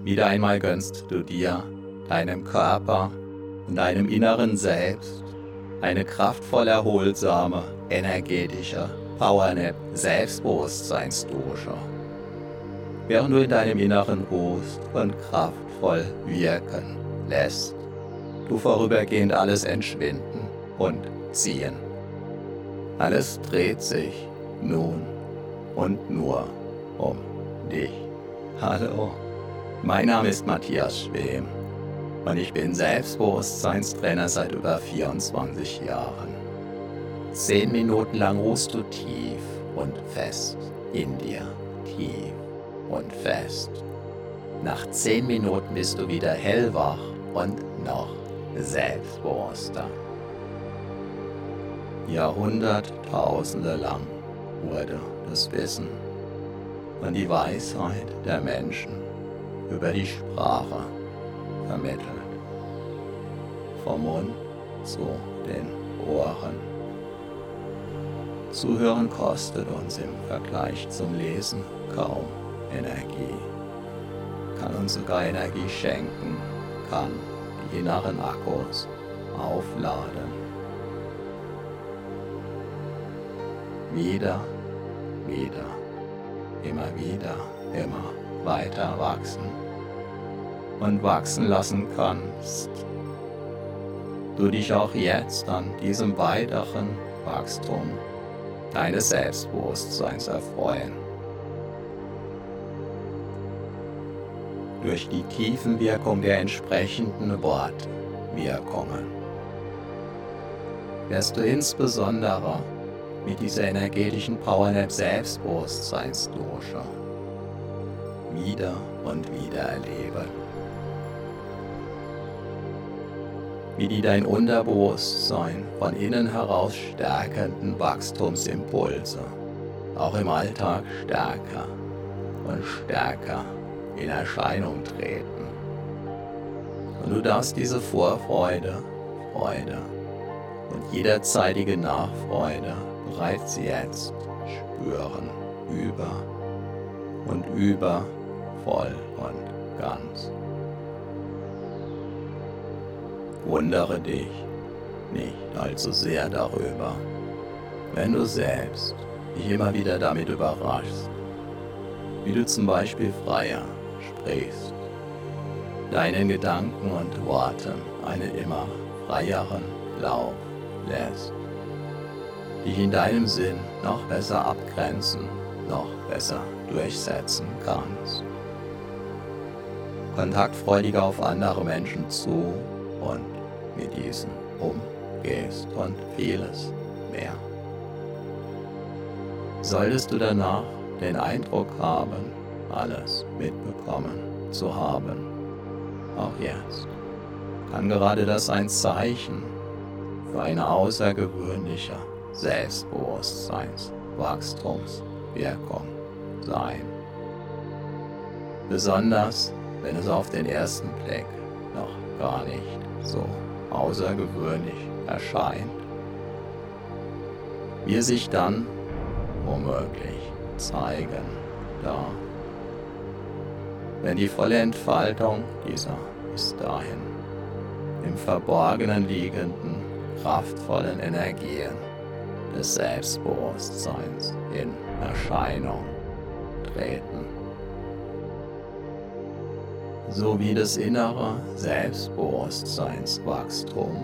Wieder einmal gönnst du dir, deinem Körper und deinem inneren Selbst eine kraftvoll erholsame, energetische Powernap-Selbstbewusstseinsdusche. Während du in deinem Inneren ruhst und kraftvoll wirken lässt, du vorübergehend alles entschwinden und ziehen. Alles dreht sich nun und nur um dich. Hallo, mein Name ist Matthias Schwem und ich bin Selbstbewusstseinstrainer seit über 24 Jahren. 10 Minuten lang ruhst du tief und fest in dir, tief und fest. Nach 10 Minuten bist du wieder hellwach und noch selbstbewusster. Jahrhunderttausende lang wurde das Wissen und die Weisheit der Menschen über die Sprache vermittelt. Vom Mund zu den Ohren. Zuhören kostet uns im Vergleich zum Lesen kaum Energie, kann uns sogar Energie schenken, kann die inneren Akkus aufladen. Wieder, immer weiter wachsen und wachsen lassen kannst. Du dich auch jetzt an diesem weiteren Wachstum deines Selbstbewusstseins erfreuen. Durch die Tiefenwirkung der entsprechenden Wortwirkungen wirst du insbesondere mit dieser energetischen Powernap-Selbstbewusstseinsdusche wieder und wieder erleben, wie die dein Unterbewusstsein von innen heraus stärkenden Wachstumsimpulse auch im Alltag stärker und stärker in Erscheinung treten. Und du darfst diese Vorfreude, Freude und jederzeitige Nachfreude bereits jetzt spüren, über, voll und ganz. Wundere dich nicht allzu sehr darüber, wenn du selbst dich immer wieder damit überraschst, wie du zum Beispiel freier sprichst, deinen Gedanken und Worten einen immer freieren Lauf lässt, dich in deinem Sinn noch besser abgrenzen, noch besser durchsetzen kannst, kontaktfreudiger auf andere Menschen zu und mit diesen umgehst und vieles mehr. Solltest du danach den Eindruck haben, alles mitbekommen zu haben, auch jetzt, kann gerade das ein Zeichen für eine außergewöhnliche Selbstbewusstseinswachstumswirkung sein. Besonders, wenn es auf den ersten Blick noch gar nicht so außergewöhnlich erscheint, wie es sich dann womöglich zeigen darf, wenn die volle Entfaltung dieser bis dahin im Verborgenen liegenden, kraftvollen Energien des Selbstbewusstseins in Erscheinung treten. So wie das innere Selbstbewusstseinswachstum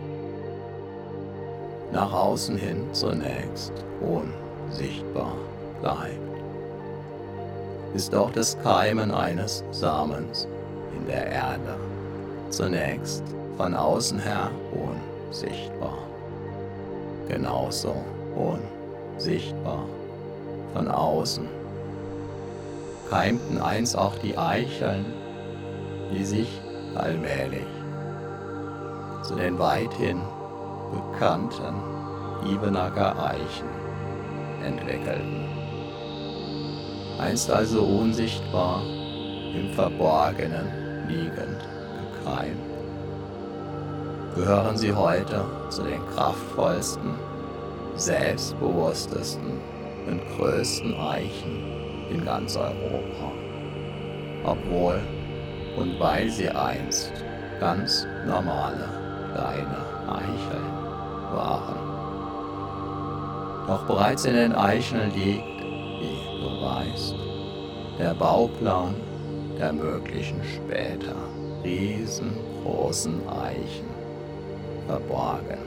nach außen hin zunächst unsichtbar bleibt, ist auch das Keimen eines Samens in der Erde zunächst von außen her unsichtbar. Genauso unsichtbar von außen keimten einst auch die Eicheln, die sich allmählich zu den weithin bekannten Ibenacker Eichen entwickelten. Einst also unsichtbar, im Verborgenen liegend gekeimt, gehören sie heute zu den kraftvollsten, selbstbewusstesten und größten Eichen in ganz Europa, obwohl Und weil sie einst ganz normale kleine Eicheln waren. Doch bereits in den Eicheln liegt, wie du weißt, der Bauplan der möglichen später riesengroßen Eichen verborgen.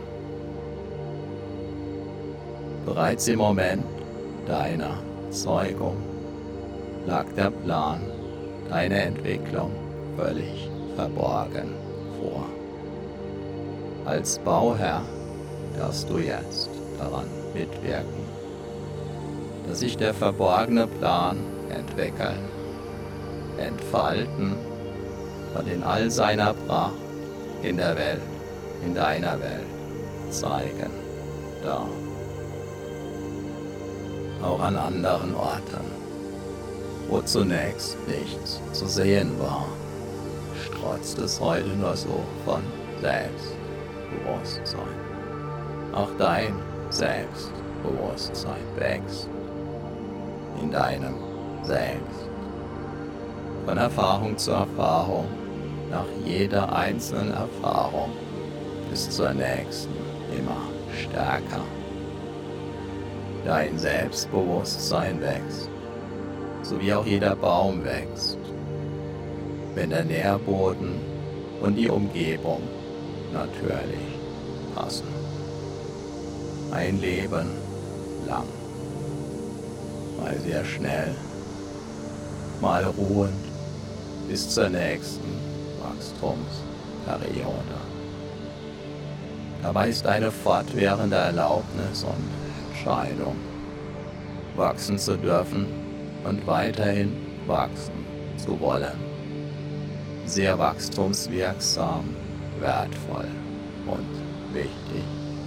Bereits im Moment deiner Zeugung lag der Plan, deine Entwicklung völlig verborgen vor. Als Bauherr darfst du jetzt daran mitwirken, dass sich der verborgene Plan entwickeln, entfalten und in all seiner Pracht in der Welt, in deiner Welt zeigen darf. Auch an anderen Orten, wo zunächst nichts zu sehen war, strotzt es heute nur so von Selbstbewusstsein. Auch dein Selbstbewusstsein wächst in deinem Selbst. Von Erfahrung zu Erfahrung, nach jeder einzelnen Erfahrung bis zur nächsten immer stärker. Dein Selbstbewusstsein wächst, so wie auch jeder Baum wächst, wenn der Nährboden und die Umgebung natürlich passen. Ein Leben lang, mal sehr schnell, mal ruhend bis zur nächsten Wachstumsperiode. Dabei ist eine fortwährende Erlaubnis und Entscheidung, wachsen zu dürfen und weiterhin wachsen zu wollen, sehr wachstumswirksam, wertvoll und wichtig.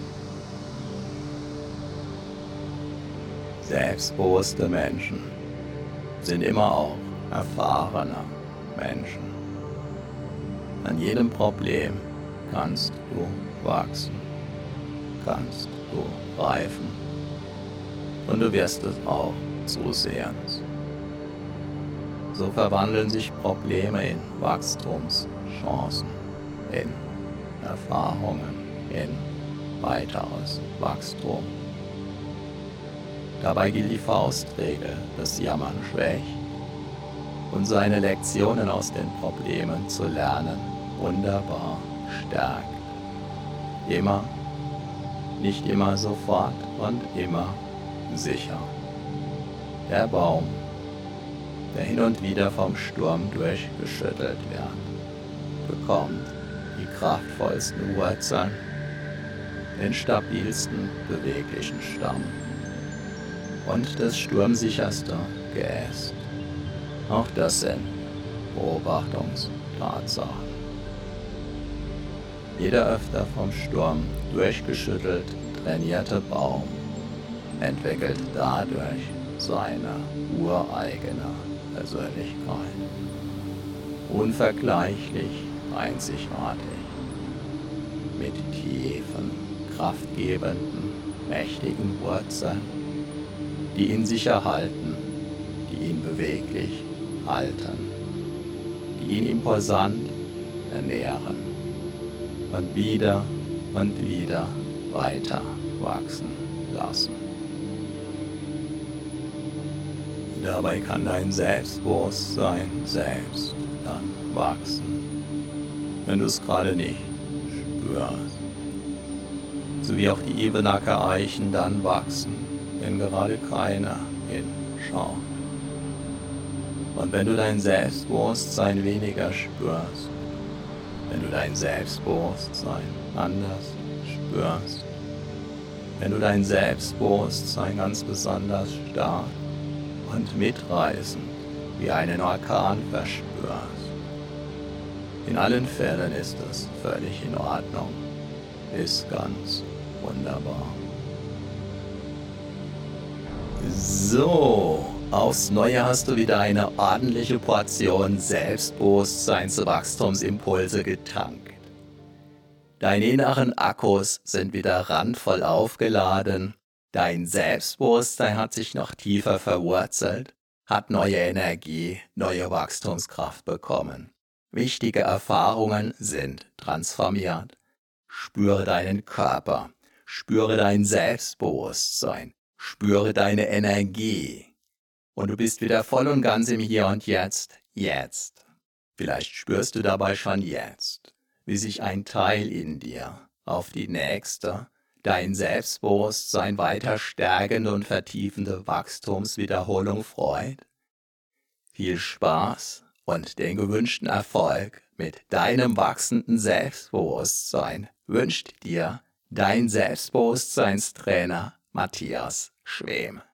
Selbstbewusste Menschen sind immer auch erfahrene Menschen. An jedem Problem kannst du wachsen, kannst du reifen und du wirst es auch zusehends. So verwandeln sich Probleme in Wachstumschancen, in Erfahrungen, in weiteres Wachstum. Dabei gilt die Faustregel, das Jammern schwächt und seine Lektionen aus den Problemen zu lernen wunderbar stärkt. Immer, nicht immer sofort und immer sicher. Der Baum, der hin und wieder vom Sturm durchgeschüttelt wird, bekommt die kraftvollsten Wurzeln, den stabilsten beweglichen Stamm und das sturmsicherste Geäst. Auch das sind Beobachtungstatsachen. Jeder öfter vom Sturm durchgeschüttelt trainierte Baum entwickelt dadurch seine ureigene Persönlichkeit. Unvergleichlich, einzigartig, mit tiefen, kraftgebenden, mächtigen Wurzeln, die ihn sicher halten, die ihn beweglich halten, die ihn imposant ernähren und wieder weiter wachsen lassen. Dabei kann dein Selbstbewusstsein selbst dann wachsen, wenn du es gerade nicht spürst. So wie auch die Ebenacker Eichen dann wachsen, wenn gerade keiner hinschaut. Und wenn du dein Selbstbewusstsein weniger spürst, wenn du dein Selbstbewusstsein anders spürst, wenn du dein Selbstbewusstsein ganz besonders stark und mitreißend wie einen Orkan verspürst. In allen Fällen ist es völlig in Ordnung, ist ganz wunderbar. So, aufs Neue hast du wieder eine ordentliche Portion Selbstbewusstseinswachstumsimpulse getankt. Deine inneren Akkus sind wieder randvoll aufgeladen, dein Selbstbewusstsein hat sich noch tiefer verwurzelt, hat neue Energie, neue Wachstumskraft bekommen. Wichtige Erfahrungen sind transformiert. Spüre deinen Körper, spüre dein Selbstbewusstsein, spüre deine Energie. Und du bist wieder voll und ganz im Hier und Jetzt, jetzt. Vielleicht spürst du dabei schon jetzt, wie sich ein Teil in dir auf die nächste, dein Selbstbewusstsein weiter stärkende und vertiefende Wachstumswiederholung freut. Viel Spaß und den gewünschten Erfolg mit deinem wachsenden Selbstbewusstsein wünscht dir dein Selbstbewusstseinstrainer Matthias Schwem.